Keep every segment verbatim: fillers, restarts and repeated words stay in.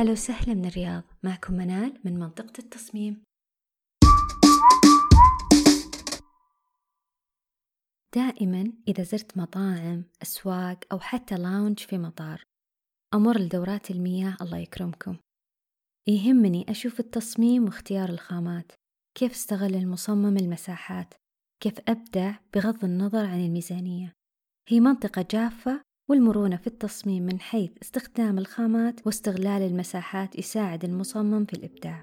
هلا وسهلا من الرياض، معكم منال من منطقة التصميم. دائما إذا زرت مطاعم، أسواق أو حتى لاونج في مطار، أمر لدورات المياه الله يكرمكم. يهمني أشوف التصميم واختيار الخامات، كيف استغل المصمم المساحات، كيف أبدع بغض النظر عن الميزانية. هي منطقة جافة، والمرونة في التصميم من حيث استخدام الخامات واستغلال المساحات يساعد المصمم في الإبداع.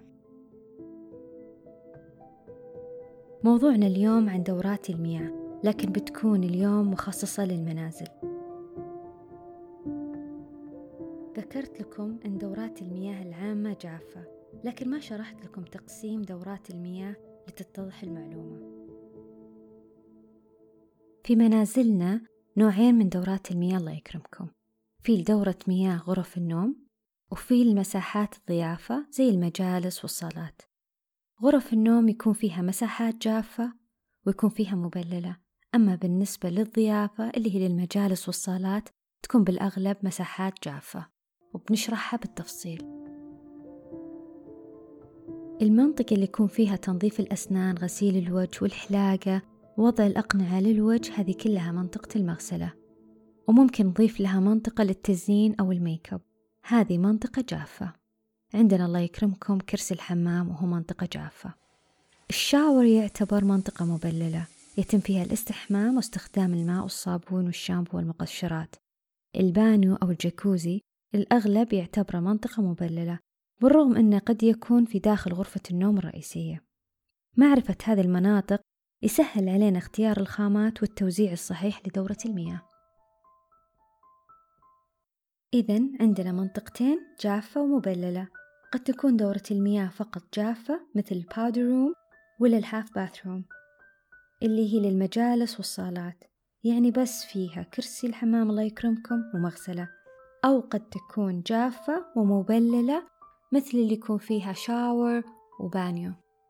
موضوعنا اليوم عن دورات المياه، لكن بتكون اليوم مخصصة للمنازل. ذكرت لكم أن دورات المياه العامة جافة، لكن ما شرحت لكم تقسيم دورات المياه لتتضح المعلومة. في منازلنا نوعين من دورات المياه الله يكرمكم، في دورة مياه غرف النوم، وفي المساحات الضيافة زي المجالس والصالات. غرف النوم يكون فيها مساحات جافة ويكون فيها مبللة، أما بالنسبة للضيافة اللي هي للمجالس والصالات تكون بالأغلب مساحات جافة، وبنشرحها بالتفصيل. المنطقة اللي يكون فيها تنظيف الأسنان، غسيل الوجه والحلاقة، ووضع الأقنعة للوجه، هذه كلها منطقة المغسلة. وممكن نضيف لها منطقة للتزيين أو الميك اب، هذه منطقة جافة. عندنا الله يكرمكم كرسي الحمام وهو منطقة جافة. الشاور يعتبر منطقة مبللة، يتم فيها الاستحمام واستخدام الماء والصابون والشامبو والمقشرات. البانيو أو الجاكوزي الأغلب يعتبر منطقة مبللة، بالرغم أنه قد يكون في داخل غرفة النوم الرئيسية. معرفة هذه المناطق يسهل علينا اختيار الخامات والتوزيع الصحيح لدورة المياه. إذن عندنا منطقتين جافة ومبللة. قد تكون دورة المياه فقط جافة مثل الباودر روم ولا الهاف باثروم اللي هي للمجالس والصالات، يعني بس فيها كرسي الحمام الله يكرمكم ومغسلة. أو قد تكون جافة ومبللة مثل اللي يكون فيها شاور وبانيو.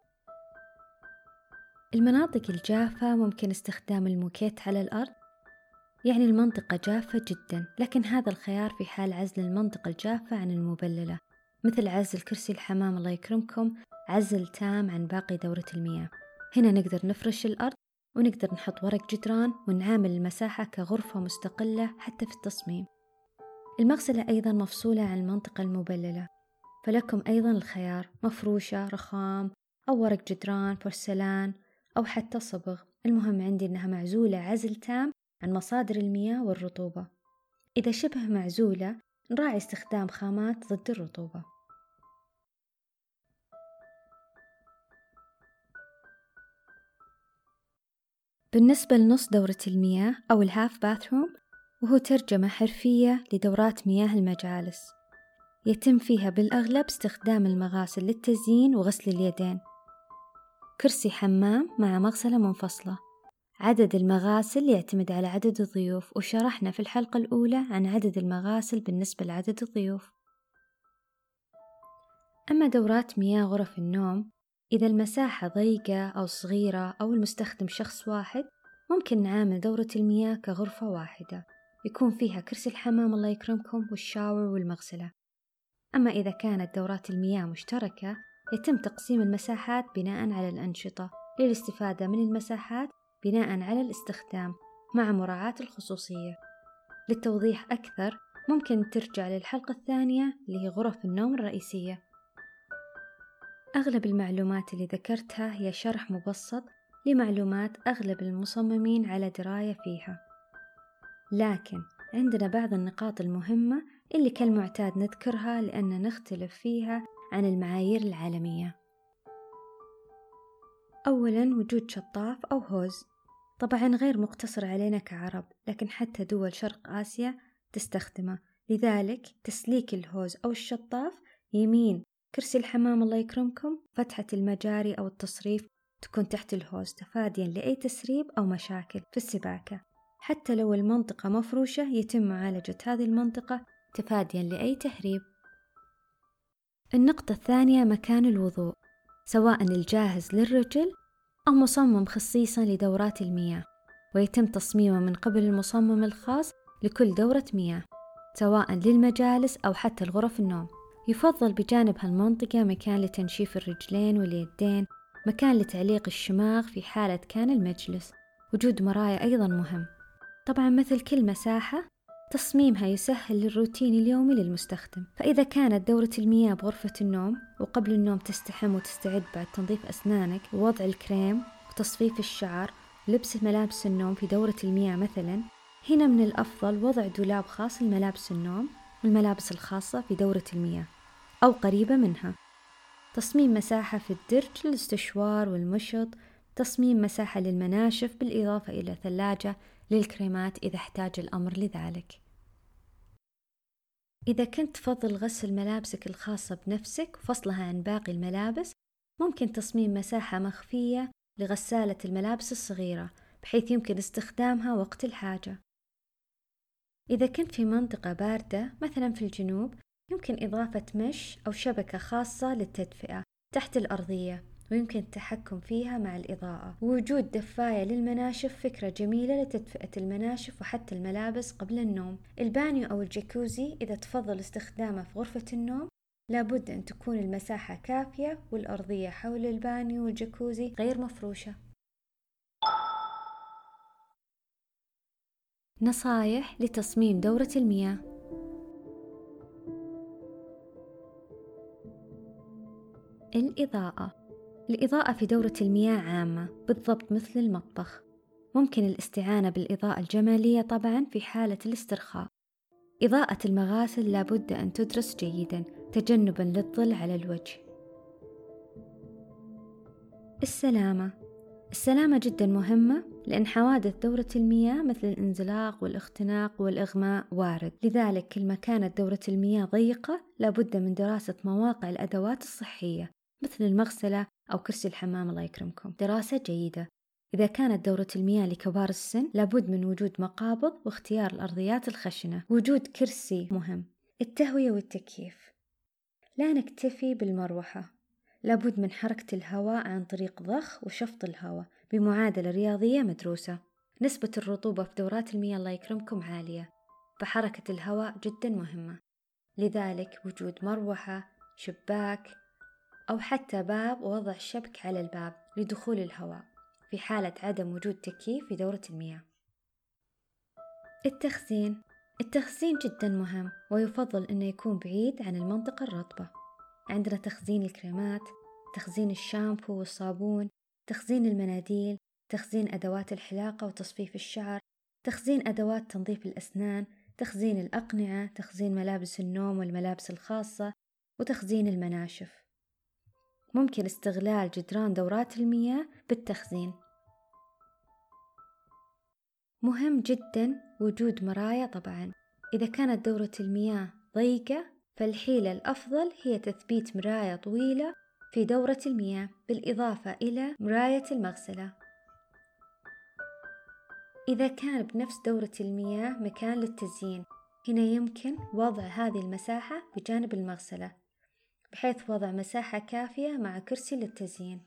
المناطق الجافة ممكن استخدام الموكيت على الأرض، يعني المنطقة جافة جدا، لكن هذا الخيار في حال عزل المنطقة الجافة عن المبللة، مثل عزل كرسي الحمام الله يكرمكم عزل تام عن باقي دورة المياه. هنا نقدر نفرش الأرض ونقدر نحط ورق جدران ونعامل المساحة كغرفة مستقلة حتى في التصميم. المغسلة أيضا مفصولة عن المنطقة المبللة، فلكم أيضا الخيار مفروشة، رخام أو ورق جدران، بورسلان أو حتى صبغ. المهم عندي أنها معزولة عزل تام عن مصادر المياه والرطوبة. إذا شبه معزولة نراعي استخدام خامات ضد الرطوبة. بالنسبة لنص دورة المياه أو الهاف باثروم، وهو ترجمة حرفية لدورات مياه المجالس، يتم فيها بالأغلب استخدام المغاسل للتزيين وغسل اليدين. كرسي حمام مع مغسلة منفصلة. عدد المغاسل يعتمد على عدد الضيوف، وشرحنا في الحلقة الأولى عن عدد المغاسل بالنسبة لعدد الضيوف. أما دورات مياه غرف النوم، إذا المساحة ضيقة أو صغيرة أو المستخدم شخص واحد، ممكن نعامل دورة المياه كغرفة واحدة يكون فيها كرسي الحمام الله يكرمكم والشاور والمغسلة. أما إذا كانت دورات المياه مشتركة، يتم تقسيم المساحات بناء على الأنشطة للاستفادة من المساحات بناء على الاستخدام مع مراعاة الخصوصية. للتوضيح أكثر ممكن ترجع للحلقة الثانية اللي هي غرف النوم الرئيسية. أغلب المعلومات اللي ذكرتها هي شرح مبسط لمعلومات أغلب المصممين على دراية فيها، لكن عندنا بعض النقاط المهمة اللي كالمعتاد نذكرها لأن نختلف فيها عن المعايير العالمية. أولاً وجود شطاف أو هوز، طبعاً غير مقتصر علينا كعرب، لكن حتى دول شرق آسيا تستخدمه. لذلك تسليك الهوز أو الشطاف يمين كرسي الحمام الله يكرمكم، فتحة المجاري أو التصريف تكون تحت الهوز تفادياً لأي تسريب أو مشاكل في السباكة. حتى لو المنطقة مفروشة يتم معالجة هذه المنطقة تفادياً لأي تهريب. النقطة الثانية مكان الوضوء، سواء الجاهز للرجل أو مصمم خصيصاً لدورات المياه، ويتم تصميمه من قبل المصمم الخاص لكل دورة مياه، سواء للمجالس أو حتى الغرف النوم. يفضل بجانب هالمنطقة مكان لتنشيف الرجلين واليدين، مكان لتعليق الشماغ في حالة كان المجلس. وجود مرايا أيضا مهم. طبعا مثل كل مساحة تصميمها يسهل الروتين اليومي للمستخدم. فإذا كانت دورة المياه بغرفة النوم وقبل النوم تستحم وتستعد بعد تنظيف أسنانك ووضع الكريم وتصفيف الشعر ولبس ملابس النوم في دورة المياه مثلا، هنا من الأفضل وضع دولاب خاص لملابس النوم والملابس الخاصة في دورة المياه أو قريبة منها. تصميم مساحة في الدرج للاستشوار والمشط، تصميم مساحة للمناشف بالإضافة إلى ثلاجة للكريمات إذا احتاج الأمر لذلك. إذا كنت تفضل غسل ملابسك الخاصة بنفسك وفصلها عن باقي الملابس، ممكن تصميم مساحة مخفية لغسالة الملابس الصغيرة بحيث يمكن استخدامها وقت الحاجة. إذا كنت في منطقة باردة مثلا في الجنوب، يمكن إضافة مش أو شبكة خاصة للتدفئة تحت الأرضية، ويمكن التحكم فيها مع الإضاءة. ووجود دفاية للمناشف فكرة جميلة لتدفئة المناشف وحتى الملابس قبل النوم. البانيو أو الجاكوزي إذا تفضل استخدامه في غرفة النوم، لابد أن تكون المساحة كافية والأرضية حول البانيو والجاكوزي غير مفروشة. نصايح لتصميم دورة المياه. الإضاءة. الإضاءة في دورة المياه عامة بالضبط مثل المطبخ. ممكن الاستعانة بالإضاءة الجمالية طبعا في حالة الاسترخاء. إضاءة المغاسل لابد أن تدرس جيدا تجنبا للظل على الوجه. السلامة. السلامة جدا مهمة، لأن حوادث دورة المياه مثل الانزلاق والاختناق والإغماء وارد. لذلك كل ما كانت دورة المياه ضيقة لابد من دراسة مواقع الأدوات الصحية مثل المغسلة أو كرسي الحمام الله يكرمكم، دراسة جيدة. إذا كانت دورة المياه لكبار السن لابد من وجود مقابض واختيار الأرضيات الخشنة. وجود كرسي مهم. التهوية والتكييف. لا نكتفي بالمروحة، لابد من حركة الهواء عن طريق ضخ وشفط الهواء بمعادلة رياضية مدروسة. نسبة الرطوبة في دورات المياه الله يكرمكم عالية، فحركة الهواء جدا مهمة. لذلك وجود مروحة، شباك أو حتى باب ووضع شبك على الباب لدخول الهواء في حالة عدم وجود تكييف في دورة المياه. التخزين. التخزين جدا مهم، ويفضل أنه يكون بعيد عن المنطقة الرطبة. عندنا تخزين الكريمات، تخزين الشامبو والصابون، تخزين المناديل، تخزين أدوات الحلاقة وتصفيف الشعر، تخزين أدوات تنظيف الأسنان، تخزين الأقنعة، تخزين ملابس النوم والملابس الخاصة، وتخزين المناشف. ممكن استغلال جدران دورات المياه بالتخزين. مهم جدا وجود مرايا طبعا. إذا كانت دورة المياه ضيقة فالحيلة الأفضل هي تثبيت مراية طويلة في دورة المياه بالإضافة إلى مراية المغسلة. إذا كان بنفس دورة المياه مكان للتزيين، هنا يمكن وضع هذه المساحة بجانب المغسلة بحيث وضع مساحة كافية مع كرسي للتزيين.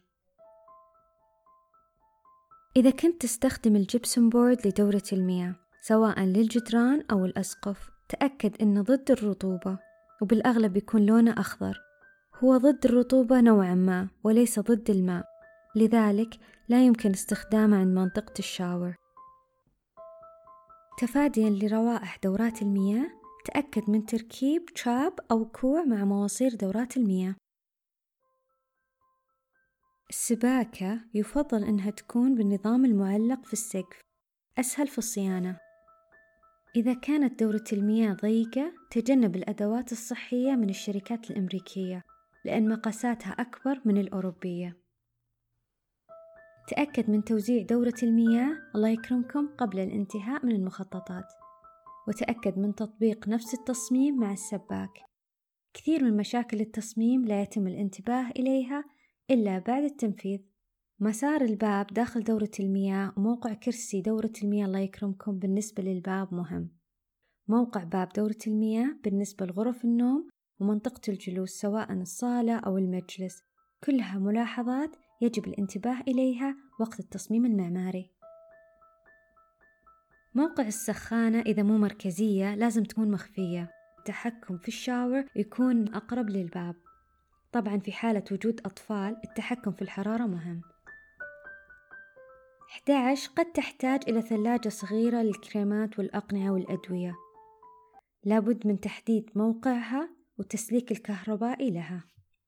إذا كنت تستخدم الجبسون بورد لدورة المياه سواء للجدران أو الأسقف، تأكد أنه ضد الرطوبة، وبالأغلب يكون لونه أخضر. هو ضد الرطوبة نوعا ما وليس ضد الماء، لذلك لا يمكن استخدامه عند منطقة الشاور. تفاديا لروائح دورات المياه، تأكد من تركيب تراب أو كوع مع مواسير دورات المياه. السباكة يفضل أنها تكون بالنظام المعلق في السقف، أسهل في الصيانة. إذا كانت دورة المياه ضيقة، تجنب الأدوات الصحية من الشركات الأمريكية لأن مقاساتها أكبر من الأوروبية. تأكد من توزيع دورة المياه الله يكرمكم قبل الانتهاء من المخططات، وتأكد من تطبيق نفس التصميم مع السباك. كثير من مشاكل التصميم لا يتم الانتباه إليها إلا بعد التنفيذ. مسار الباب داخل دورة المياه وموقع كرسي دورة المياه الله يكرمكم بالنسبة للباب مهم. موقع باب دورة المياه بالنسبة لغرف النوم ومنطقة الجلوس سواء الصالة أو المجلس، كلها ملاحظات يجب الانتباه إليها وقت التصميم المعماري. موقع السخانة إذا مو مركزية لازم تكون مخفية، التحكم في الشاور يكون أقرب للباب. طبعا في حالة وجود أطفال التحكم في الحرارة مهم. أحد عشر قد تحتاج إلى ثلاجة صغيرة للكريمات والأقنعة والأدوية، لابد من تحديد موقعها وتسليك الكهربائي لها.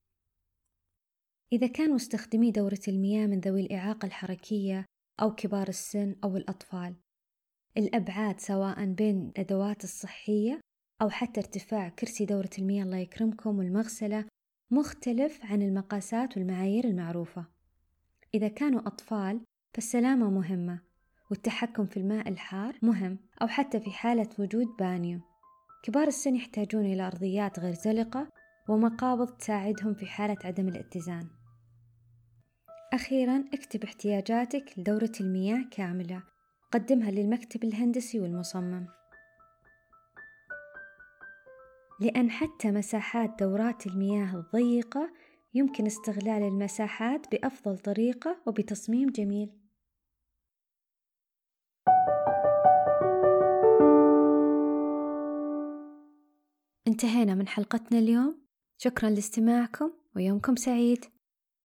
إذا كانوا مستخدمي دورة المياه من ذوي الإعاقة الحركية أو كبار السن أو الأطفال، الأبعاد سواء بين الأدوات الصحية أو حتى ارتفاع كرسي دورة المياه الله يكرمكم والمغسلة مختلف عن المقاسات والمعايير المعروفة. إذا كانوا أطفال فالسلامة مهمة، والتحكم في الماء الحار مهم، أو حتى في حالة وجود بانيو. كبار السن يحتاجون إلى أرضيات غير زلقة ومقابض تساعدهم في حالة عدم الاتزان. أخيراً اكتب احتياجاتك لدورة المياه كاملة، قدمها للمكتب الهندسي والمصمم، لأن حتى مساحات دورات المياه الضيقة يمكن استغلال المساحات بأفضل طريقة وبتصميم جميل. انتهينا من حلقتنا اليوم، شكراً لاستماعكم ويومكم سعيد.